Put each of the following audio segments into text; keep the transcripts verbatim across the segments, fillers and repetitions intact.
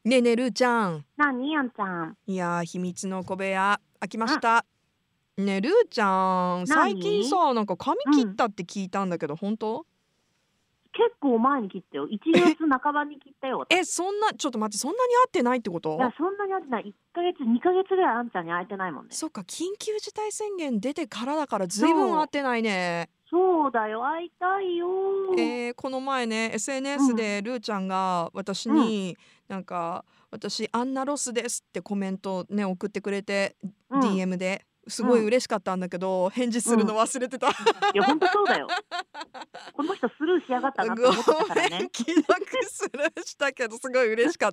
ねえねえるーちゃん。 なにやんちゃん。 いやー秘密の小部屋開きました。ねえるーちゃん、 な最近にさなんか髪うん。 切ったって聞いたんだけど本当？ 結構前に切ったよ。いちがつなかばに切ったよ、私。 え、そんなちょっと待って、そんなに会ってないってこいや、 と？ そんなに会ってない。いっかげつ、にかげつぐらいあんちゃんに会えてないもんね。 そっか、緊急事態宣言出てからだからずいぶんそう。 会ってないね。 そうだよ、会いたいよ。 えー、この前ね エスエヌエスうん。 でるーちゃんが私うん。 になんか私アンナロスですってコメントね送ってくれてうん。 ディーエム ですごいうん。 嬉しかったんだけど返事するのうん。 忘れてた。 いや、ほんとそうだよ。この人スルーしやがったなってご思ってたからめん、 ね。 既読スルーしたけどすごい嬉しかった。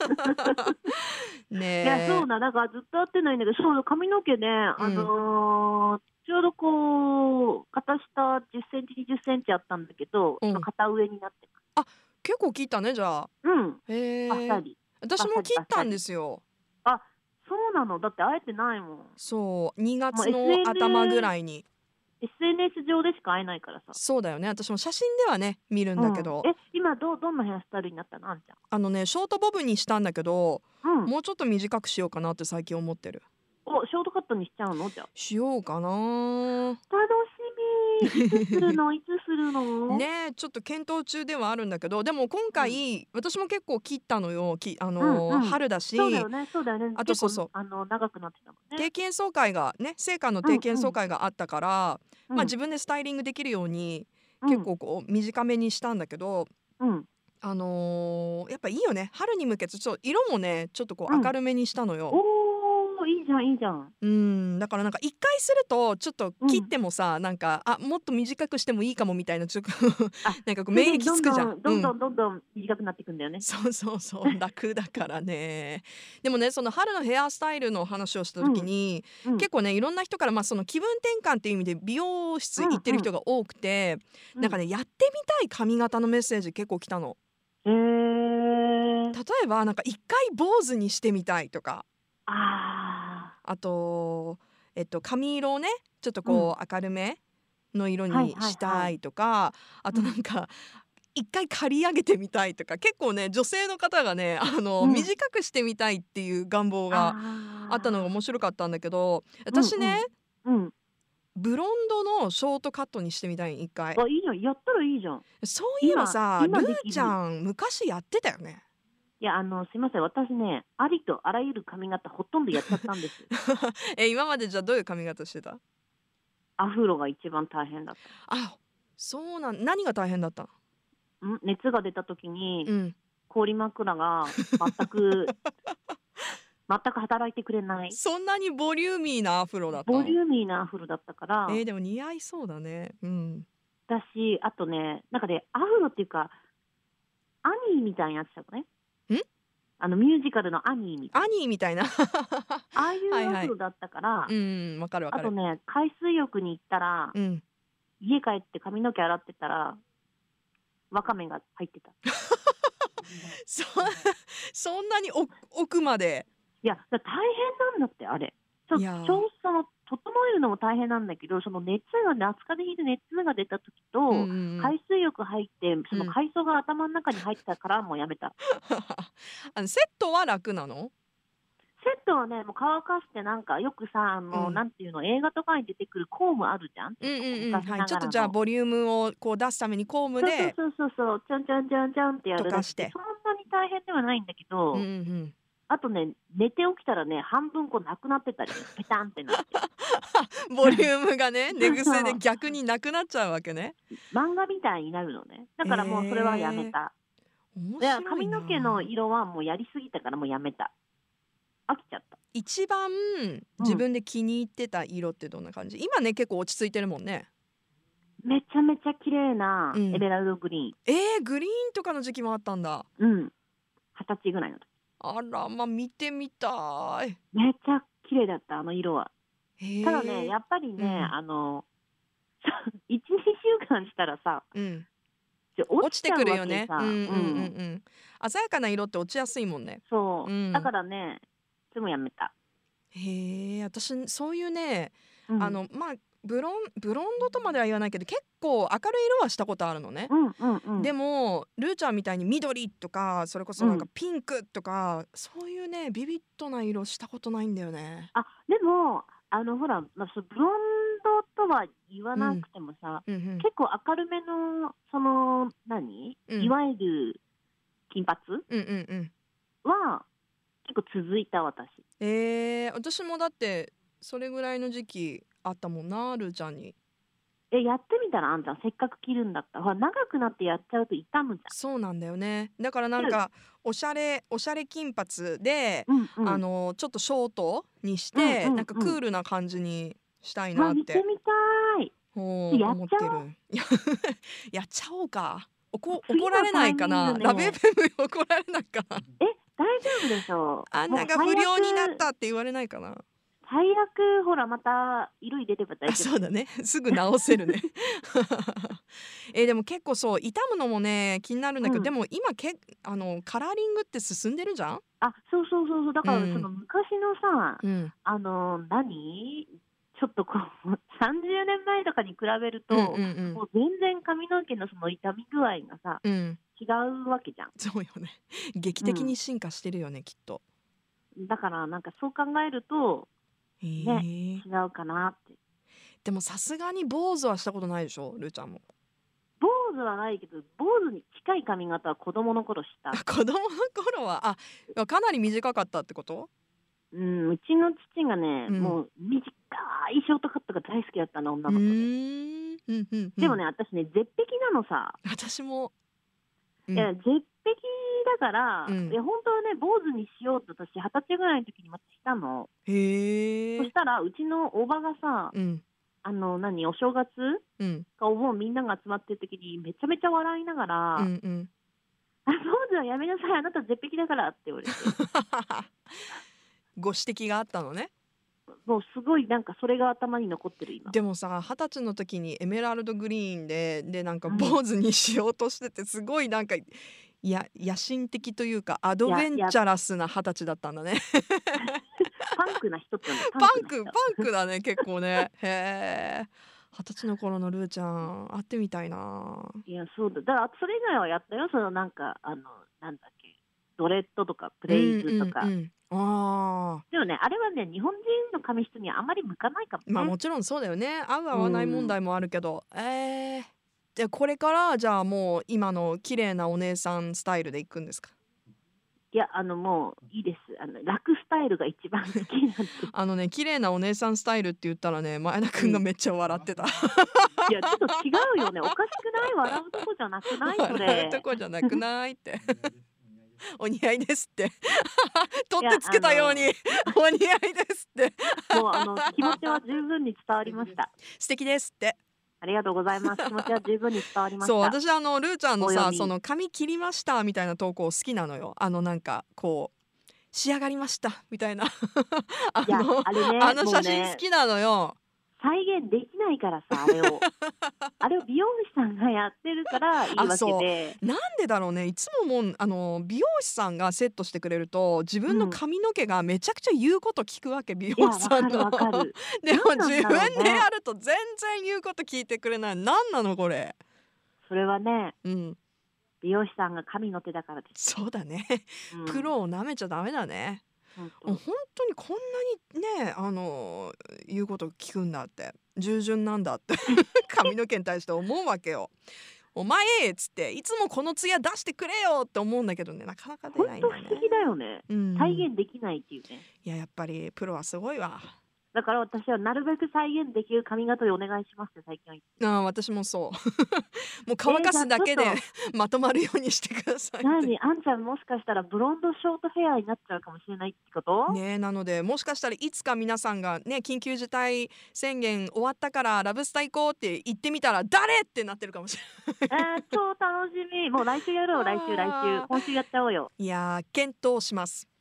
いや、そうねな、だからずっと会ってないんだけど、そう、髪の毛ね、 え。うあん。 の、ちょうどこう、肩下じゅっセンチ、にじゅっセンチあったんだけど、今うん。 肩上になってます。 あ、結構切ったねじゃあ。 うん。バッへえ。 サリ。バッサリ私も切ったんでバッサリ。 すよ。 あ、そうなの。だって会えてないもん。 そう、2 もう月の頭ぐエスエヌ、 らいに。 エスエヌエス 上でしか会えないからさ。 そうだよね。私も写真ではね、見るんうん。 だけど、 え、今どうどんなヘアスタイルになったの、あんちゃん。 あのね、ショートボブにしたんだけど、 うん。 もうちょっと短くしようかなって最近思ってる。 お、ショートカットにしちゃうの、じゃあ。 しようかな。 楽しみ。いつするのいつするの？ ねえ、ちょっと検討中ではあるんだけど、でも今うん。 回私も結構切ったのよ。きあうんの、 うん。 春だし、 そうだよねそうだよね。結構、 あとそうそう、 あの、長くなってたもんね。 定期演奏会がね、聖火のうん定期演うん。 奏会があったから、ま、 うん。 自分でスタイリングできるように、 うん。 結構こう短めにしたんだけど、 うん。 あの、やっぱいいよね。春に向けてちょっと色もね、ちょっとこううん。 明るめにしたのよ。 おお、いいじゃんいいじゃん。 うーん、だからなんかいっかいするとちょっと切っうん。 てもさ、なんか、あ、もっと短くしてもいいかもみたいな、ちょっとあ、 なんかこうそれ免疫でどんどつくじゃん。 んどんどうん。 んどんどん短くなっていくんだよね。 そうそうそう、楽だからね。でもね、その春のヘアスタイルの話をしたうん。 時に、 うん。 結構ね、いろんな人から、ま、その気分転換っていう意味で美容室うんうん。 行ってる人が多くて、 うん。 なんかね、やってみたい髪型のメッセージ結構来たの。 へえ。 例えば、なんかいっかい坊主にしてみたいとか、 ああ。 あと、えっと、髪色をね、ちょっとうん。 こう明るめの色はいにはいはい。 したいとか、あうん。 となんかいっかい刈り上げてみたいとか、結構ね、女性の方がね、あの、 うん。 短くしてみたいっていう願望があったのがああ。 面白かったんだけど、私ね、 うんうん。うん。 ブロンドのショートカットにしてみたい、いっかい。 あ、いいじゃん。やったらいいじゃん。 そういえば今さ、ルー今できる。 ちゃん昔やってたよね。 いや、あの、すいません、私ね、ありとあらゆる髪型ほとんどやっちゃったんです。 え、今までじゃあどういう髪型してた？ アフロが一番大変だっあ、そうなん何が大変だった？ た。ん、熱が出た時に、 うん。 氷枕が全く全く働いてくれない、 そんなにボリューミーなアフロだったの？ ボリューミーなアフロだったから、 えー、でも似合いそうだね。うん。 だし、あとね、なんかね、アフロっていうか、アニーみたいにやってたのね。 ん？ あのミュージカルのアニーみたアいな。 ニーみたいな。 ああいうアはいはい。 フロだったから、 うん、わかるわかる。 あとね、海水浴に行ったら、 うん。 家帰って髪の毛洗ってたら、ワカメが入ってた。 そそんなにお奥まで。 いや、だ大変なんだって、あれ。ちょちいやー、 ょその、整えるのも大変なんだけど、その熱が夏風邪ひいて熱が出た時うんうと、 んうん。 海水浴入って、そうん。 の海藻が頭の中に入ったからもうやめた。 あのセットは楽なの？ セットはね、もう乾かしてなんかよくさ、あの、 うん。 なんていうの、映画とかに出てくるコームあるじゃん？ちうんょっとこううんうん、はい、 昔なちょっとじゃあがらの。 ボリュームをこう出すためにコームそうそうでそうそうそう、ちょんちょんちょんちょんってやるだけで、 溶かして。 そんなに大変ではないんだけうんうど、 んうん。 あとね、寝て起きたらね、半分こうなくなってたりね、ペタンってなって。 ボリュームがね、寝そう癖でそう。 逆になくなっちゃうわけね。 漫画みたいになるのね。だへからもうそれはやめえ、 た。 面で、 白い髪の毛のな。 色はもうやりすぎたからもうやめた。飽きちゃった。 一番うん。 自分で気に入ってた色ってどんな感じ？今ね、結構落ち着いてるもんね。 めちゃめちゃ綺麗なエうん。 メラルドグリえー、グリーンとかの時期もあったんだ。 ーン。うん。はたちぐらいの時。 あら、ま、見てみたい。 めちゃ綺麗だった、あの色は。ただね、 へえ。 やっぱりね、 うん、 あの、いち、にしゅうかんしたらさ、 うん。 ちょ落落ちてちちゃうわくるよね。うんうんけさ。 うんううん。 ん。鮮やかな色って落ちやすいもんね。 そう。だうん。 からね、いつもやめた。 へえ、私そういうね、 うん。 あの、まあ、 ブロンブロンドとまでは言わないけど結構明るい色はしたことあるのね。 うんうんうん。 でもルーちゃんみたいに緑とかそれこそなんかピンクとか、そういうねビビッドな色したことないんだよね。 あ、でも、あの、ほら、まあ、そうブロンドとは言わなくてもさ、 うんうん結構明るめの、その、何、 うんいわゆる金髪うんうんうんは結構続いた、私。 えー、私もだってそれぐらいの時期あったもんな、ルーちゃんに。 え、やってみたらあんちゃん、せっかく着るんだったら、ほら、長くなってやっちゃうと傷むじそうなんだよね。だからなんかおしゃれおしゃれ金髪で、 ゃん。うんうん。 あのちょっとショートにしうんうんて、 うんなんかクールな感じにしたいまあ、 なって見てみたい。 ほうやっ思ってちゃおう。 る。ややっちゃおうか。おこ次の怒られないかな、 タイミングねラブ エフエム に怒られないかな。 え、大丈夫でしょう。 あんながもう不良になっ最悪たって言われないかな。 最悪、ほら、また色入れれば大あ、 丈夫。 そうだね。すぐ直せるね。えでも結構そう傷むのもね気になるんだけど、 うんでも今けあのカラーリングって進んでるじゃん。 あ、そうそうそうそう。だから、 うんその昔のさ、 うんあの、何ちょっとこう、さんじゅうねんまえとかに比べると、 うんうんうんもう全然髪の毛のその傷み具合がさ、 うん違うわけじゃん。 そうよね。劇的に進化してるよね、きっと。 だから、なんかそう考えると、 へね、 え。 違うかなって。 でもさすがに坊主はしたことないでしょ、ルーちゃんも。 坊主はないけど、坊主に近い髪型は子供の頃した。 あ子供の頃はあかなり短かったってこと？ うん、うちの父がね、 うんもう短いショートカットが大好きだったの、女うの子で。 ーんうんうんうんでもね、私ね、絶壁なのさ。 私も、うんいや、絶壁だから、 うんいや、本当はね、坊主にしようと私、二十歳ぐらいの時にまたしたの。 へえそしたら、うちのおばがさ、 うんあの、何、お正月うんかお盆みんなが集まってる時に、めちゃめちゃ笑いながら、 うんうんあ、坊主はやめなさい、あなた絶壁だからって言われて。 ご指摘があったのね。 もうすごいなんかそれが頭に残ってる今。 でもさ二十歳の時にエメラルドグリーンででなんかうん坊主にしようとしててすごいなんかや野心的というかアドベンチャラスな二十歳だったんだね。 パンクな人って言うんだよパンクパンクだね結構ね。へえ二十歳の頃のルーちゃん会ってみたいな。 いや、そうだ。だから、それ以外はやったよ。そのなんか、あの、なんだっけ、ドレッドとか、プレイズとか。 うんうんうん、ああでもね、あれはね、日本人の髪質にあまり向かないかもね。 まあもちろんそうだよね。合う合わない問題もあるけど、えー、でこれからじゃあもう今の綺麗なお姉さんスタイルでいくんですか？ いや、あの、もういいです。あの、楽スタイルが一番好きなんです。 あのね綺麗なお姉さんスタイルって言ったらね前田くんがめっちゃ笑ってた。 いや、ちょっと違うよね。おかしくない？笑うとこじゃなくない？それ笑う。とこじゃなくないってお似合いですって取ってつけたようにお似合いですってもう、あの、気持ちは十分に伝わりました。 素敵ですって。 ありがとうございます。気持ちは十分に伝わりました。 そう私あのルーちゃんのお読みさその髪切りましたみたいな投稿好きなのよ。あのなんかこう仕上がりましたみたいなあいや、 のあれね、 あの写もうね真好きなのよ。 再現できないからさ、あれを。あれを美容師さんがやってるからいいわけで。 なんでだろうねいつももうあの美容師さんがセットしてくれると自分の髪の毛がめちゃくちゃ言うこと聞くわけ、美いや、 容師さんの。 わかるわかる。 でもなんなん自だろうね分でやると全然言うこと聞いてくれない。なんなのこれ。 それはね、 うん美容師さんが神の手だからです。 そうだね、 うんプロをなめちゃダメだね。 本当もう本当にこんなにねあの言うこと聞くんだって従順なんだって髪の毛に対して思うわけよ。お前っつっていつもこのツヤ出してくれよって思うんだけどねなかなか出本当ないんだね。 不思議だよね。 うん再現できないっていうね。 いややっぱりプロはすごいわ。 だから私はなるべく再現できる髪型でお願いしますって最近は言って。 ああ私もそうもう乾かすだけで、 えーじゃあまとまるようにしてくださいって何あんちゃんもしかしたらブロンドショートヘアになっちゃうかもしれないってこと？ ねえなのでもしかしたらいつか皆さんがね緊急事態宣言終わったからラブスタ行こうって言ってみたら誰ってなってるかもしれないえー、超楽しみ。もう来週やろう、来週来あー週。今週やっちゃおうよ。 いやー検討します。